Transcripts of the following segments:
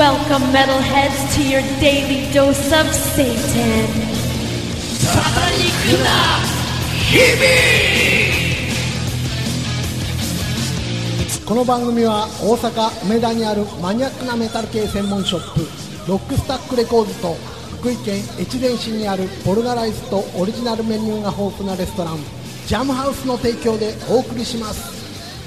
Welcome, metalheads, to your daily dose of Satan. サタニックな日々。 この番組は大阪梅田にあるマニアックなメタル系専門ショップロックスタックレコーズと福井県越前市にあるポルガライスとオリジナルメニューが豊富なレストランジャムハウスの提供でお送りします。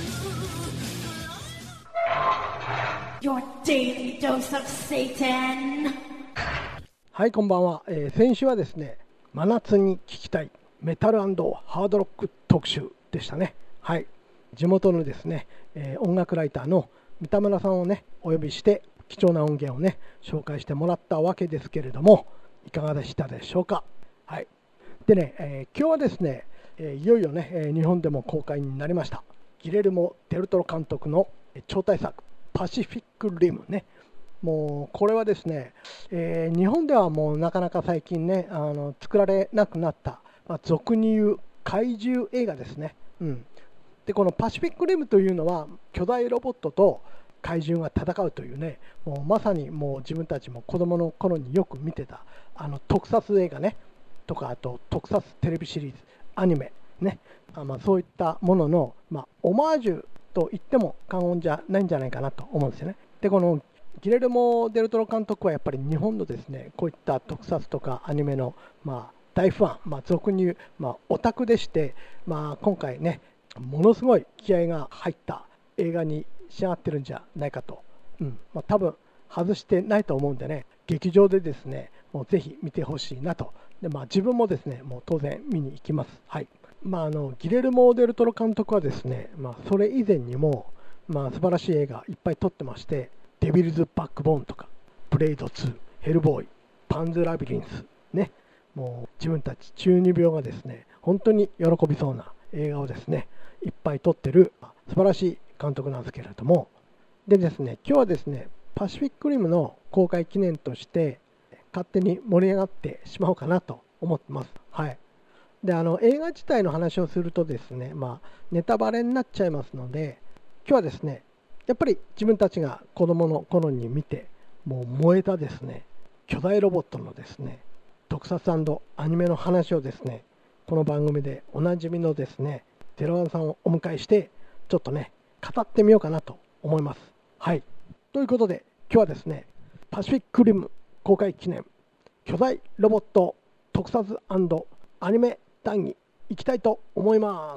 Your daily dose of Satan. はい、こんばんは。先週はですね、真夏に聴きたいメタル&ハードロック特集でしたね。はい、地元のですね、音楽ライターの三田村さんをねお呼びして貴重な音源をね紹介してもらったわけですけれども、いかがでしたでしょうか。はい、でね、今日はですね、いよいよね、日本でも公開になりましたギレルモ・デルトロ監督の超大作パシフィックリムね。もうこれはですね、日本ではもうなかなか最近ね作られなくなった、俗に言う怪獣映画ですね。でこのパシフィックリムというのは巨大ロボットと怪獣が戦うというね、もうまさにもう自分たちも子供の頃によく見てた特撮映画ねとか、あと特撮テレビシリーズアニメね、そういったものの、オマージュと言っても過言じゃないんじゃないかなと思うんですよね。でこのギレルモ・デルトロ監督はやっぱり日本のですねこういった特撮とかアニメの、大ファン、俗に言う、オタクでして、今回ねものすごい気合が入った映画に仕上がってるんじゃないかと、多分外してないと思うんでね、劇場でですねもうぜひ見てほしいなと。で、自分もですねもう当然見に行きます。はい、ギレルモ・デルトロ監督はですね、それ以前にも、素晴らしい映画いっぱい撮ってまして、デビルズ・バックボーンとかブレイド2、ヘルボーイ、パンズ・ラビリンスね、もう自分たち中二病がですね本当に喜びそうな映画をですねいっぱい撮ってる素晴らしい監督なんですけれども、でですね今日はですねパシフィックリムの公開記念として勝手に盛り上がってしまおうかなと思ってます。はい、で映画自体の話をするとですね、ネタバレになっちゃいますので、今日はですねやっぱり自分たちが子供の頃に見てもう燃えたですね巨大ロボットのですね特撮&アニメの話をですねこの番組でおなじみのですね01さんをお迎えしてちょっとね語ってみようかなと思います。はい、ということで今日はですねパシフィックリム公開記念巨大ロボット特撮&アニメ談義いきたいと思います。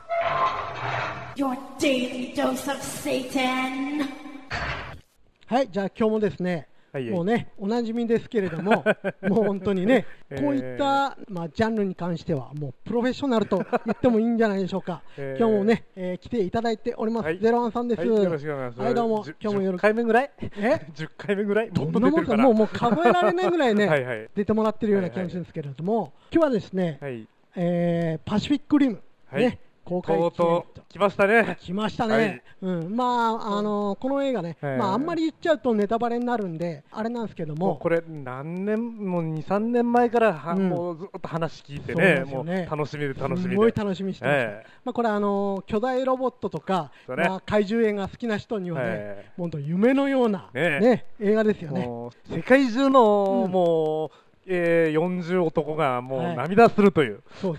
Your daily dose of Satan. はい、じゃあ今日もですね、もうねおなじみですけれどももう本当にねこういった、ジャンルに関してはもうプロフェッショナルと言ってもいいんじゃないでしょうか。今日もね、来ていただいております、01さんです。 よろしくお願いします。 はい、どうも今日もよろしく。 10回目ぐらい10回目ぐらいどんなもんかもう数えられないぐらいね出てもらってるような気がするんですけれども、今日はですね、パシフィックリム、ね公開記念と来ましたね。 来ましたね。この映画ね、あんまり言っちゃうとネタバレになるんであれなんですけども、 これ何年も2、3年前からもうずっと話聞いてね、もう楽しみですごい楽しみにしてました。これ巨大ロボットとか、怪獣映画好きな人にはね、本当夢のような映画ですよね。 世界中のもう40男がもう涙するという、 そう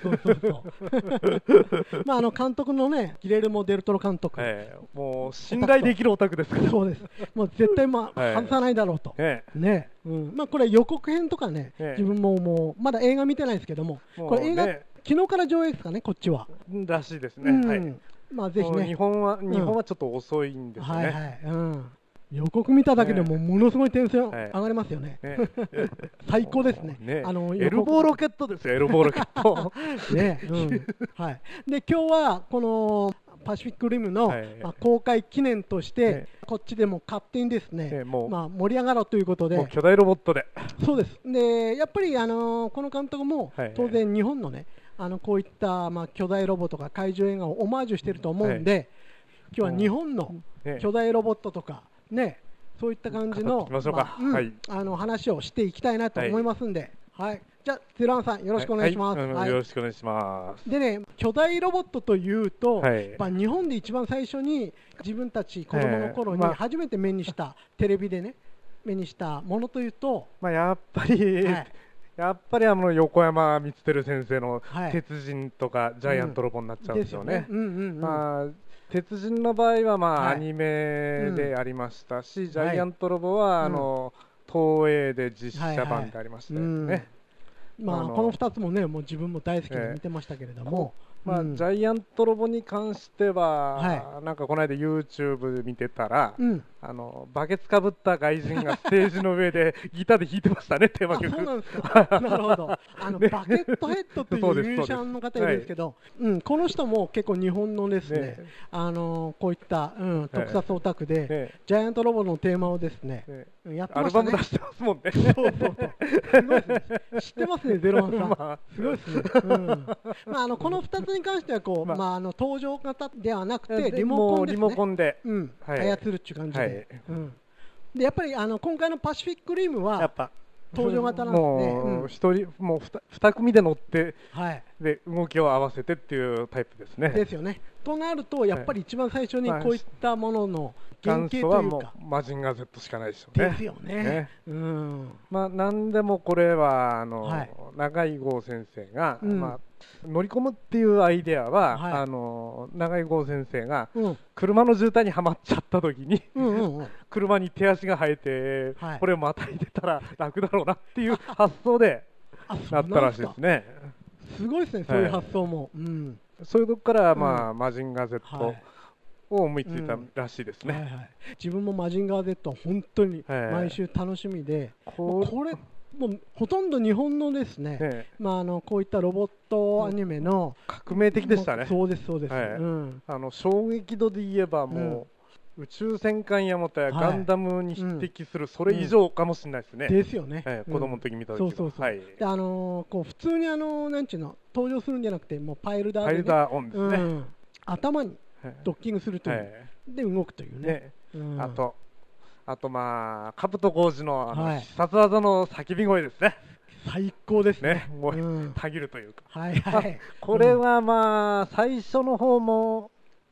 監督のねギレルモ・デルトロ監督、 もう信頼できるオタクですから。 そうです、もう絶対外さないだろうと、これ予告編とかね、自分もまだ映画見てないですけども、これ映画昨日から上映ですかね、こっちはらしいですね。 ぜひね、 日本はちょっっと遅いんですよね。 予告見ただけでもものすごい点数上がりますよね。最高ですね。 エルボーロケットですよ、エルボーロケット。 で今日はこのパシフィックリムの公開記念としてこっちでも勝手にですね盛り上がろうということで、 巨大ロボットで。そうです。でやっぱりこの監督も当然日本のねこういった巨大ロボとか怪獣映画をオマージュしてると思うんで、今日は日本の巨大ロボットとかそういった感じの話をしていきたいなと思いますんで、じゃあ01さんよろしくお願いします。 よろしくお願いします。 でね、巨大ロボットというと、日本で一番最初に自分たち子供の頃に初めて目にしたテレビでね目にしたものというと、 やっぱり、横山光輝先生の鉄人とかジャイアントロボになっちゃうんですよね。鉄人の場合はアニメでありましたし、ジャイアントロボは東映で実写版でありましたよね。 この2つもね、もう自分も大好きで見てましたけれども、 ジャイアントロボに関しては、なんかこの間 YouTube 見てたら、バケツかぶった外人がステージの上でギターで弾いてましたね、テーマ曲。 そうなんですか。なるほど。バケットヘッドというミュージシャンの方いるんですけど、この人も結構日本のですね、こういった特撮オタクでジャイアントロボのテーマをですね、やってましたね。 アルバム出してますもんね。 そう。すごいですね。知ってますね、ゼロワンさん。すごいですね。この2つに関しては登場型ではなくてリモコンで操るっていう感じで、やっぱり今回のパシフィックリムは登場型なんですね。 もう2組で乗ってで動きを合わせてっていうタイプですね。 ですよね。となるとやっぱり一番最初にこういったものの原型というか、 元祖はもうマジンガー Z しかないですよね。 ですよね。 なんでもこれは永井豪先生が乗り込むっていうアイデアは永井豪先生が車の渋滞にはまっちゃった時に車に手足が生えてこれをまたいでたら楽だろうなっていう発想でなったらしいですね。 すごいですね、そういう発想も。 そういうとこからマジンガー Z を思いついたらしいですね。 自分もマジンガー Z は本当に毎週楽しみで、これもうほとんど日本のですね、こういったロボットアニメの革命的でしたね。 そうです。 衝撃度で言えばもう宇宙戦艦ヤマトやガンダムに匹敵するそれ以上かもしれないですね。 ですよね。 子供の時見た時は。 普通になんちゅうの登場するんじゃなくて、もうパイルダーでパイルダーオンですね。 頭にドッキングするというで動くというね。 あとカブト浩二の必殺技の叫び声ですね。 最高ですね。 もうたぎるというか。 これは最初の方も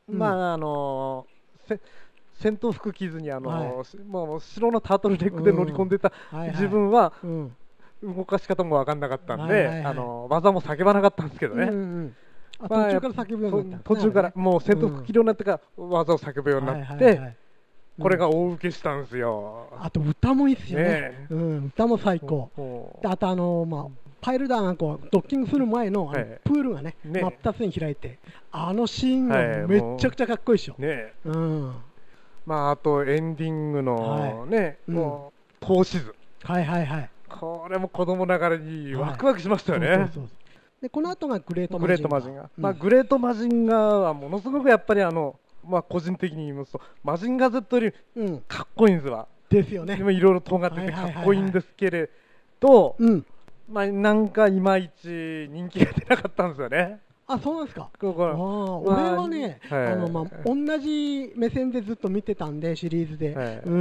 戦闘服着ずにもう白のタートルネックで乗り込んでた自分は動かし方も分かんなかったんで技も叫ばなかったんですけどね。 途中から叫ぶようになった。 途中からもう戦闘服着るようになってから技を叫ぶようになってこれが大受けしたんですよ。 あと歌もいいですよね。歌も最高。あとパイルダーがこうドッキングする前のプールがね真っ二つに開いてシーンがめっちゃくちゃかっこいいでしょ。 あとエンディングのねもう透視図、これも子供ながらにワクワクしましたよね。 でこの後がグレートマジンガー。 グレートマジンガーはものすごくやっぱり個人的に言いますとマジンガー Z よりかっこいいんですわ。 ですよね。 でもいろいろ尖っててかっこいいんですけれど、なんかいまいち人気が出なかったんですよね。 そうなんですか。俺はね同じ目線でずっと見てたんでシリーズで、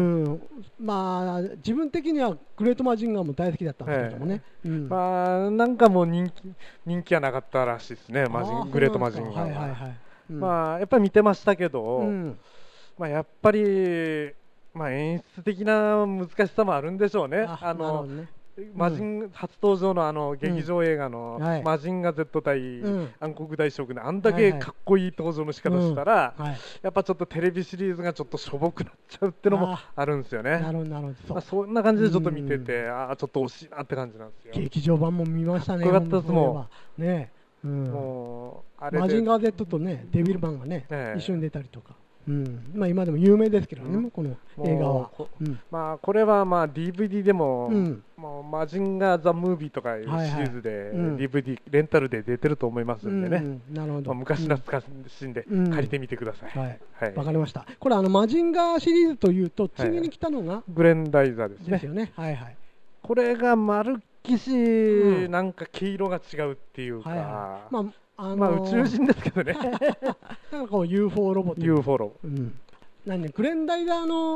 自分的にはグレートマジンガーも大好きだったんですけどもね。 なんかもう人気はなかったらしいですね、グレートマジンガーは。やっぱり見てましたけど、やっぱり演出的な難しさもあるんでしょうね。初登場の劇場映画のマジンガー Z 対暗黒大将軍であんだけかっこいい登場の仕方したらやっぱちょっとテレビシリーズがちょっとしょぼくなっちゃうっていうのもあるんですよね。そんな感じでちょっと見ててちょっと惜しいなって感じなんですよ。 劇場版も見ましたね。 かっこよかったですもんね。マジンガー Z とねデビルマンがね一緒に出たりとか。今でも有名ですけどね、この映画は。 これはDVD でもマジンガーザ・ムービーとかいうシリーズで DVD レンタルで出てると思いますんでね、昔懐かしんで借りてみてください。 わかりました。これマジンガーシリーズというと次に来たのがグレンダイザーですね。 ですよね。 これがまるっきしなんか毛色が違うっていうか、宇宙人ですけどね。なんかこう UFO ロボット。 UFO ロボ。 グレンダイザーの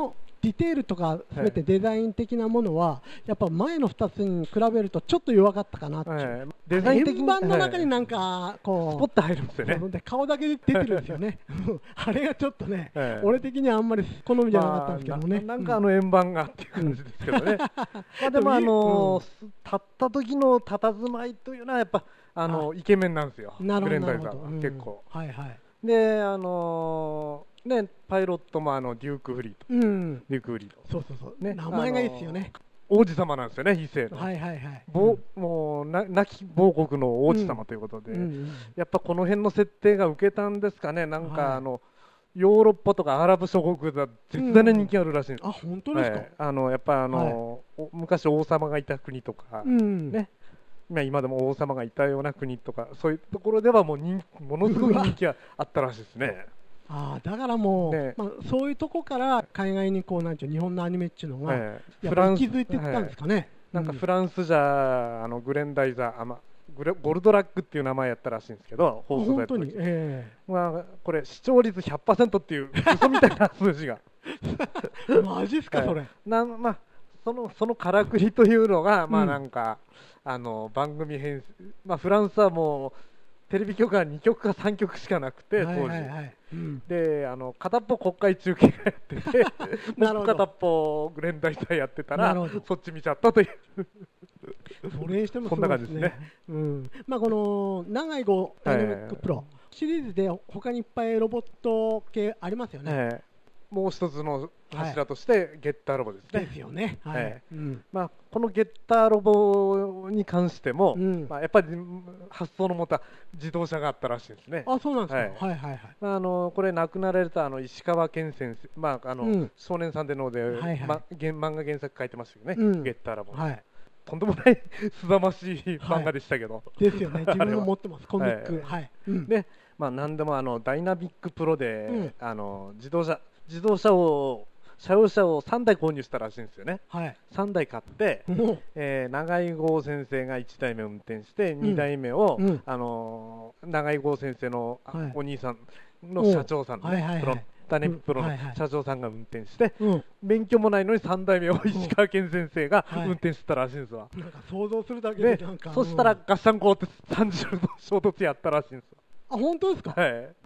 ディテールとか全てデザイン的なものは、やっぱ前の2つに比べるとちょっと弱かったかなっていう、 デザイン的に円盤の中になんかこうスポッと入るんですよね。 で顔だけ出てるんですよねあれがちょっとね、俺的にはあんまり好みじゃなかったんですけどもね、 なんか円盤がっていう感じですけどねまあでも立った時の佇まいというのはやっぱイケメンなんですよ、グレンダイザーは結構。はいはい。でね、パイロットもデューク・フリート、デューク・フリート、 そうそうそう、ね、名前がいいですよね。 王子様なんですよね、異性の。はいはいはい。もう亡き亡国の王子様ということで、やっぱこの辺の設定が受けたんですかね。なんかヨーロッパとかアラブ諸国では絶大な人気あるらしいんです。 あ、本当ですか。 やっぱ昔王様がいた国とかね、今でも王様がいたような国とかそういうところではものすごい人気があったらしいですね。 だからもう、そういうとこから海外にこうなんていう日本のアニメっていうのがやっぱり息づいていったんですかね。 なんかフランスじゃグレンダイザーゴルドラックっていう名前やったらしいんですけど、放送でやった時、これ視聴率 100% っていう嘘みたいな数字がマジっすかそれ。 そのからくりというのがなんか番組編成、フランスはもうテレビ局が2局か3局しかなくて当時で片っぽ国会中継がやっててもう片っぽグレンダイザーやってたらそっち見ちゃったというそれにしてもそんな感じですね。 この長い号ダイナミックプロシリーズで他にいっぱいロボット系ありますよね。 もう一つの柱としてゲッターロボですね。 ですよね。 このゲッターロボに関しても、やっぱり発想のもとは自動車があったらしいですね。 あ、そうなんですか。はいはいはい。 これ亡くなられた石川健先生、少年サンデーので漫画原作書いてましたよね。ゲッターロボ。とんでもないすさましい漫画でしたけど。 ですよね。自分も持ってますコミック。 で、何でもダイナミックプロで自動車を車用車を3台購入したらしいんですよね。3台買って、長井剛先生が1台目運転して2台目を長井剛先生のお兄さんの社長さんダイナミックプロの社長さんが運転して、免許もないのに3台目を石川健先生が運転してたらしいんですわ。 なんか想像するだけでなんかそしたらガッシャンコって30度衝突やったらしいんですよ。 あ、本当ですか。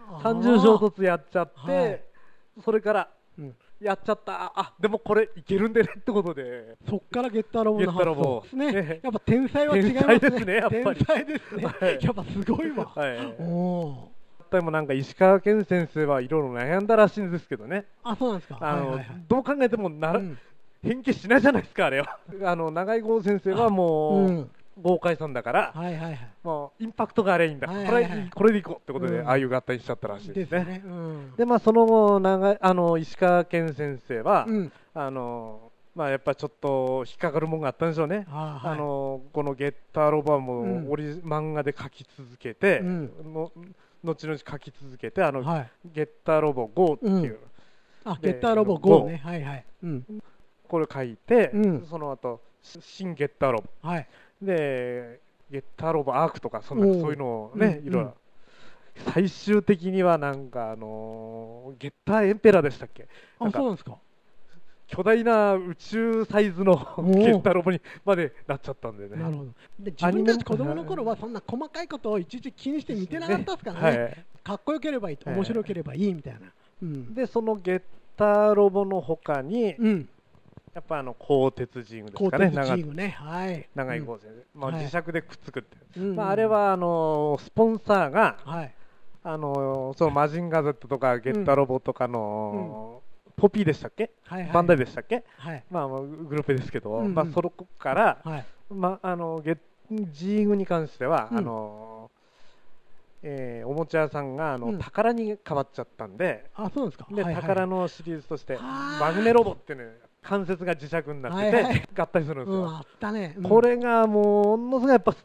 30衝突やっちゃってそれからやっちゃった、でもこれいけるんでねってことで、 そっからゲッターロボの発想ですね。やっぱ天才は違いますね。天才ですね。やっぱすごいわ。 でもなんか石川健先生はいろいろ悩んだらしいんですけどね。 あ、そうなんですか。 どう考えても変形しないじゃないですかあれは。長井剛先生はもう豪快さんだからもうインパクトがあれいいんだ、これでいこうってことでああいう合体しちゃったらしいですね。でその後石川健先生はやっぱちょっと引っかかるものがあったんでしょうね。このゲッターロボはもう漫画で描き続けて後々書き続けてゲッターロボ GO っていうゲッターロボ GO ね、 これ書いてその後新ゲッターロボでゲッターロボアークとかそういうのをねいろいろ最終的にはなんかゲッターエンペラーでしたっけ。 あ、そうなんですか。 巨大な宇宙サイズのゲッターロボにまでなっちゃったんでね。 なるほど。で自分たち子供の頃はそんな細かいことをいちいち気にして見てなかったですからね。かっこよければいい、面白ければいいみたいな。 でそのゲッターロボの他にやっぱ鋼鉄ジーグですかね。 鋼鉄ジーグね。 長い鋼鉄、磁石でくっつくって。あれはスポンサーがそのマジンガー Z とかゲッターロボとかのポピーでしたっけ、バンダイでしたっけ、グループですけど、そこからジーグに関してはおもちゃ屋さんが宝に変わっちゃったんで、宝のシリーズとしてマグネロボってね関節が磁石になってて合体するんですよ。これがものすごいやっぱプ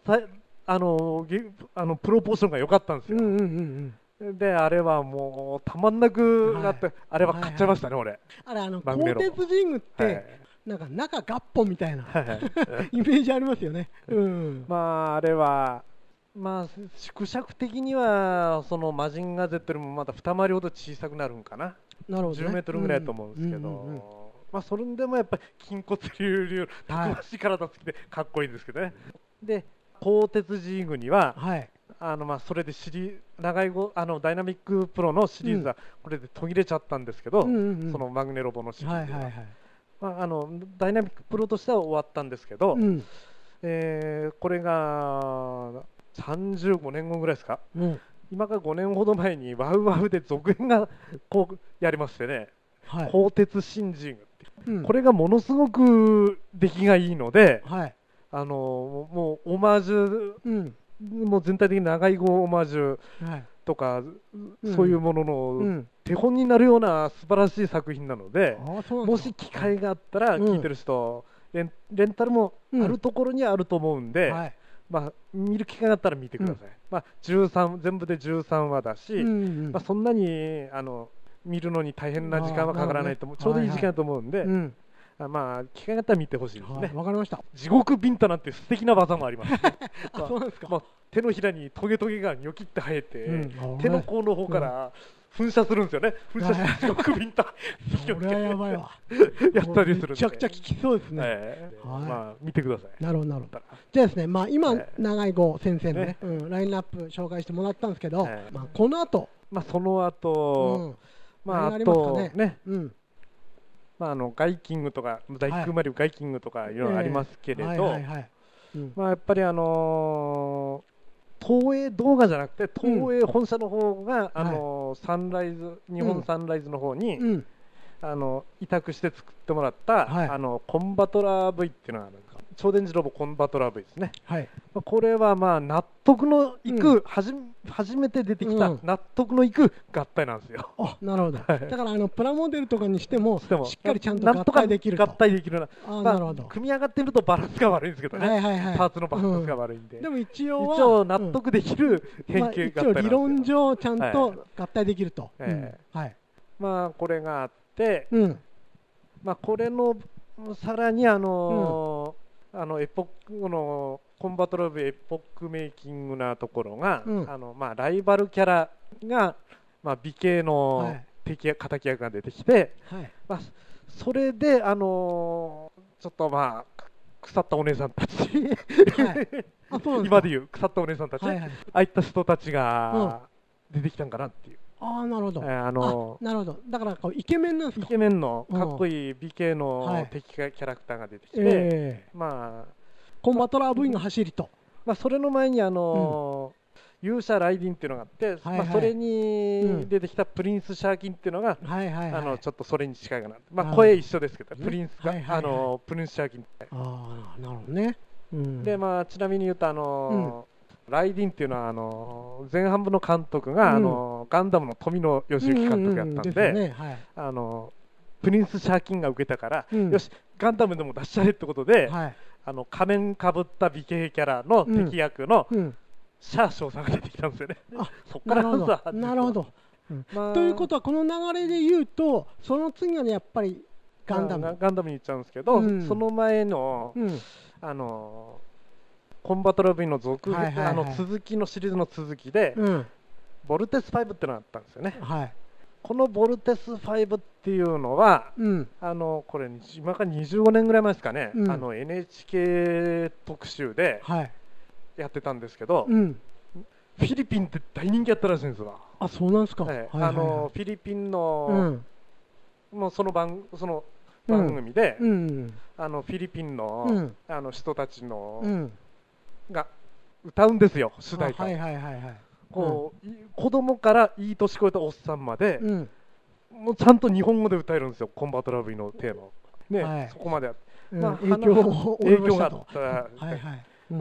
ロポーションが良かったんですよ。であれはもうたまんなくなって、あれは買っちゃいましたね俺。 あれ鋼鉄ジーグってなんか中ガッポみたいなイメージありますよね。 あれは縮尺的にはそのマジンガー Z よりもまだ二回りほど小さくなるんかな。10メートルぐらいだと思うんですけど、 まあそれでもやっぱり筋骨隆々たくましい体つきでかっこいいんですけどね。で鋼鉄神宮には、まあそれで長いダイナミックプロのシリーズはこれで途切れちゃったんですけど、そのマグネロボのシリーズは、ダイナミックプロとしては終わったんですけど、これが35年後ぐらいですか、今から5年ほど前にワウワウで続編がこうやりましてね、鋼鉄新神宮って、これがものすごく出来がいいので、もうオマージュ、もう全体的に長い号オマージュとか、そういうものの手本になるような素晴らしい作品なので、もし機会があったら聞いてる人、レンタルもあるところにはあると思うんで、まあ、見る機会があったら見てください。まあ、全部で13話だし、まあ、そんなに見るのに大変な時間はかからないと思う、ちょうどいい時間だと思うんで、まあ機会があったら見てほしいですね。 わかりました。 地獄ビンタなんて素敵な技もありますね。そうなんですか。手のひらにトゲトゲがニョキって生えて、手の甲の方から噴射するんですよね。噴射して地獄ビンタ。 それはやばいわ。 やったりするんで。 めちゃくちゃ効きそうですね。 まあ見てください。 なるほどなるほど。じゃあですね、まあ今長井剛先生のねラインナップ紹介してもらったんですけど、まあこの後、 まあその後、まああとね。まあガイキングとか大工マリオガイキングとかいろいろありますけれど、まあやっぱり東映動画じゃなくて東映本社の方がサンライズ日本サンライズの方に委託して作ってもらったコンバトラー V っていうのがあるんです。超電磁ロボコンバトラー V ですね。これはまあ納得のいく初めて出てきた納得のいく合体なんですよ。 あ、なるほど。だからプラモデルとかにしてもしっかりちゃんと合体できると。 合体できるな。 なるほど。 組み上がってるとバランスが悪いんですけどね。パーツのバランスが悪いんで。 でも一応納得できる変形合体なんですよ。 一応理論上ちゃんと合体できると。 まあこれがあって、まあこれのさらにエポックのコンバトラブエポックメイキングなところが、まあライバルキャラが、まあ、美形の敵役が出てきて、まあ、それでちょっとまあ腐ったお姉さんたち今でいう腐ったお姉さんたち、ああいった人たちが出てきたんかなっていう。 なるほど。なるほど。だからイケメンなんですか。 イケメンのかっこいい美形の敵キャラクターが出てきて、まあコンバトラー V の走りと、 まあそれの前に勇者ライディンっていうのがあって、まあそれに出てきたプリンスシャーキンっていうのがちょっとそれに近いかな。まあ声一緒ですけど、プリンスシャーキン。 なるほどね。 でまあちなみに言うとライディンっていうのは前半部の監督がガンダムの富野義行監督やったんで、プリンスシャーキンが受けたから、よしガンダムでも出しちゃえってことで、仮面かぶった美形キャラの敵役のシャー少佐が出てきたんですよね。そっからなるほど。ということはこの流れで言うとその次はねやっぱりガンダムに行っちゃうんですけど、その前のコンバトラー V の続きのシリーズの続きで、ボルテス5ってのがあったんですよね。このボルテス5っていうのは、これ今から25年ぐらい前ですかね、NHK 特集でやってたんですけど、フィリピンって大人気やったらしいんですよ。 あ、そうなんですか。 フィリピンのもうその番組で、フィリピンの人たちのが歌うんですよ、主題歌。子供からいい年越えたおっさんまで、もうちゃんと日本語で歌えるんですよ、コンバトラー V のテーマを。そこまで影響があった。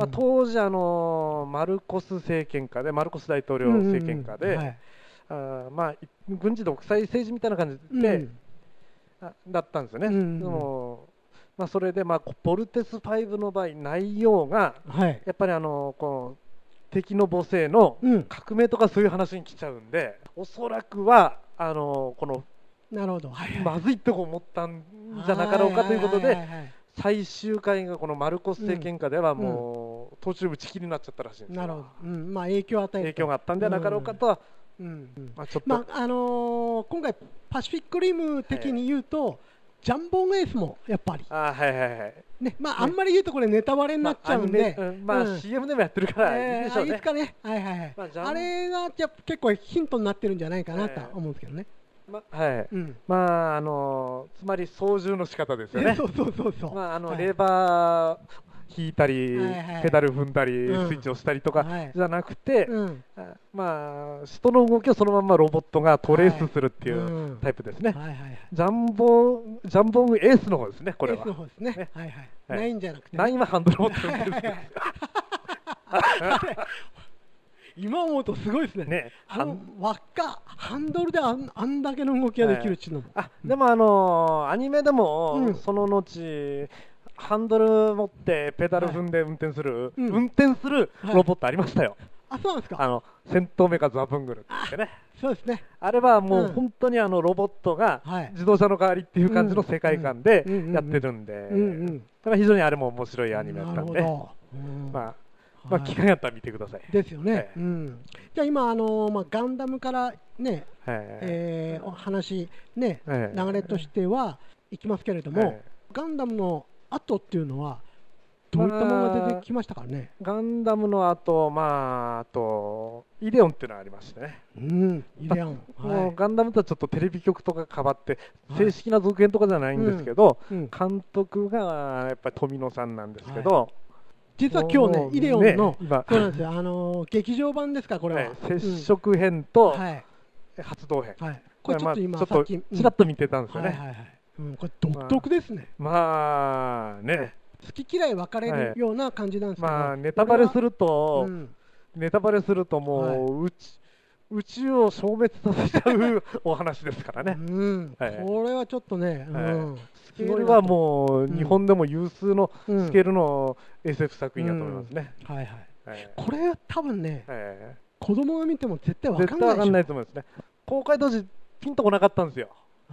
当時マルコス政権下でマルコス大統領政権下で、まあ軍事独裁政治みたいな感じでだったんですよね。まあそれでボルテス5の場合内容がやっぱりこの敵の母性の革命とかそういう話に来ちゃうんで、おそらくはこのまずいと思ったんじゃなかろうかということで、最終回がこのマルコス政権下ではもう途中打ち切りになっちゃったらしいんですよ。 なるほど。まあ影響を与える。 影響があったんじゃなかろうかとは。 今回パシフィックリム的に言うと、 ジャンボンエースもやっぱり、 はいはいはい、 ね、まああんまり言うとこれネタバレになっちゃうんで、 CM でもやってるからいいでしょうね。 いいですかね、はいはいはい、あれが結構ヒントになってるんじゃないかなと思うんですけどね。 はい、まあつまり操縦の仕方ですよね。 そうそうそうそう。 まあレバー引いたり、ペダル踏んだり、スイッチをしたりとかじゃなくて、まあ人の動きをそのままロボットがトレースするっていうタイプですね。ジャンボンエースの方ですね、これは。 エースの方ですね。はいはい。9じゃなくて。 9はハンドル持ってるんですよ。 今思うとすごいですね。輪っか、ハンドルであんだけの動きができるっていうのも。 でもアニメでもその後、ハンドル持ってペダル踏んで運転するロボットありましたよ。 あ、そうなんですか。 戦闘メカザブングルってね。 そうですね。 あれはもう本当にロボットが自動車の代わりっていう感じの世界観でやってるんで、だから非常にあれも面白いアニメだったんで、まあ機会があったら見てください。 ですよね。じゃあ今ガンダムからね、お話ね、流れとしてはいきますけれども、ガンダムの後っていうのはどういったものが出てきましたかね。 ガンダムの後、あとイデオンっていうのがありましてね。 イデオン。 ガンダムとはちょっとテレビ局とか変わって正式な続編とかじゃないんですけど、監督がやっぱり富野さんなんですけど、 実は今日ねイデオンのそうなんですよ、劇場版ですか、これは。 接触編と発動編。 これちょっと今さっきちらっと見てたんですよね。 これ独特ですね。 まあね、 好き嫌い分かれるような感じなんですけど、 ネタバレするともう宇宙を消滅させちゃうお話ですからね。 これはちょっとね、 スケールはもう日本でも有数のスケールの SF 作品だと思いますね。 これは多分ね、子供が見ても絶対分かんないでしょ。 絶対分かんないと思いますね。公開当時ピンとこなかったんですよ。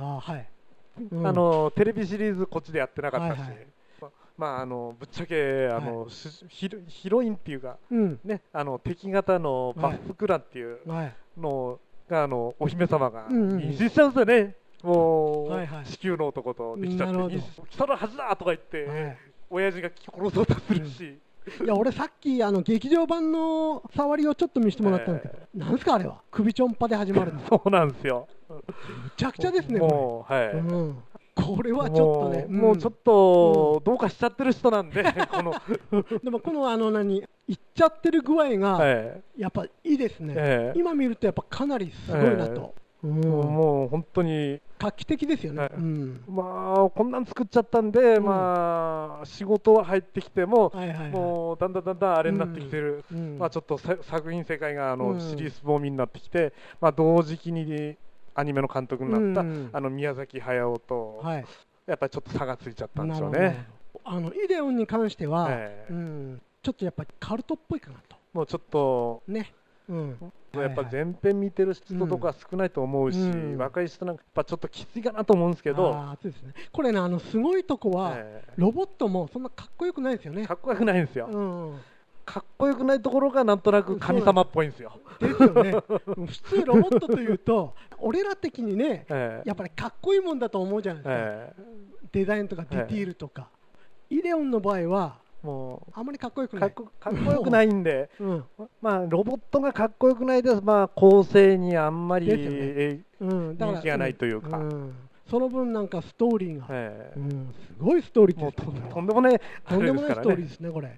テレビシリーズこっちでやってなかったし、ぶっちゃけヒロインっていうかね、敵型のバフクラっていうのがお姫様が妊娠しちゃうんですよね。もう子宮の男とできちゃって、来たらはずだとか言って親父が殺そうとするし。 いや俺さっき劇場版の触りをちょっと見せてもらったんですけど、なんですかあれは首ちょんぱで始まるんです。 そうなんですよ。 むちゃくちゃですね。これはちょっとね、 もうちょっとどうかしちゃってる人なんで、 でもこのいっちゃってる具合がやっぱいいですね。今見るとやっぱかなりすごいなと。 もう本当に画期的ですよね。 こんなん作っちゃったんで、仕事は入ってきても、もうだんだんあれになってきてる、ちょっと作品世界がシリーズボーミーになってきて、同時期にアニメの監督になった宮崎駿と、やっぱりちょっと差がついちゃったんでしょうね。 イデオンに関しては、ちょっとやっぱりカルトっぽいかなと。 もうちょっとね。 やっぱ前編見てる人とか少ないと思うし、若い人なんかやっぱちょっときついかなと思うんですけど、 これねすごいとこはロボットもそんなかっこよくないですよね。 かっこよくないんですよ。かっこよくないところがなんとなく神様っぽいんですよ。 ですよね。普通ロボットというと俺ら的にね、やっぱりかっこいいもんだと思うじゃないですか。デザインとかディティールとか。イデオンの場合はもうあんまりかっこよくない。 かっこよくないんで、ロボットがかっこよくないです。構成にあんまり人気がないというか。 その分なんかストーリーが、すごいストーリーです。 とんでもないストーリーですねこれ。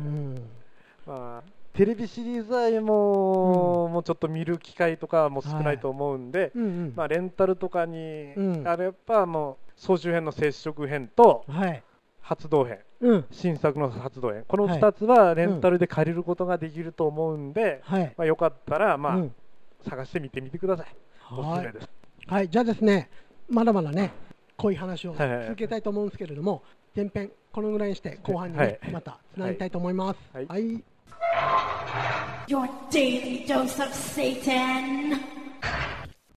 テレビシリーズはもうちょっと見る機会とかも少ないと思うんで、レンタルとかにあれば総集編の接触編と発動編、新作の発動編、この2つはレンタルで借りることができると思うんで、よかったら探してみてみてください。おすすめです。 はい、じゃあですね、まだまだねこういう話を続けたいと思うんですけれども、前編このぐらいにして後半にまたつなぎたいと思います。はい。 Your daily dose of Satan.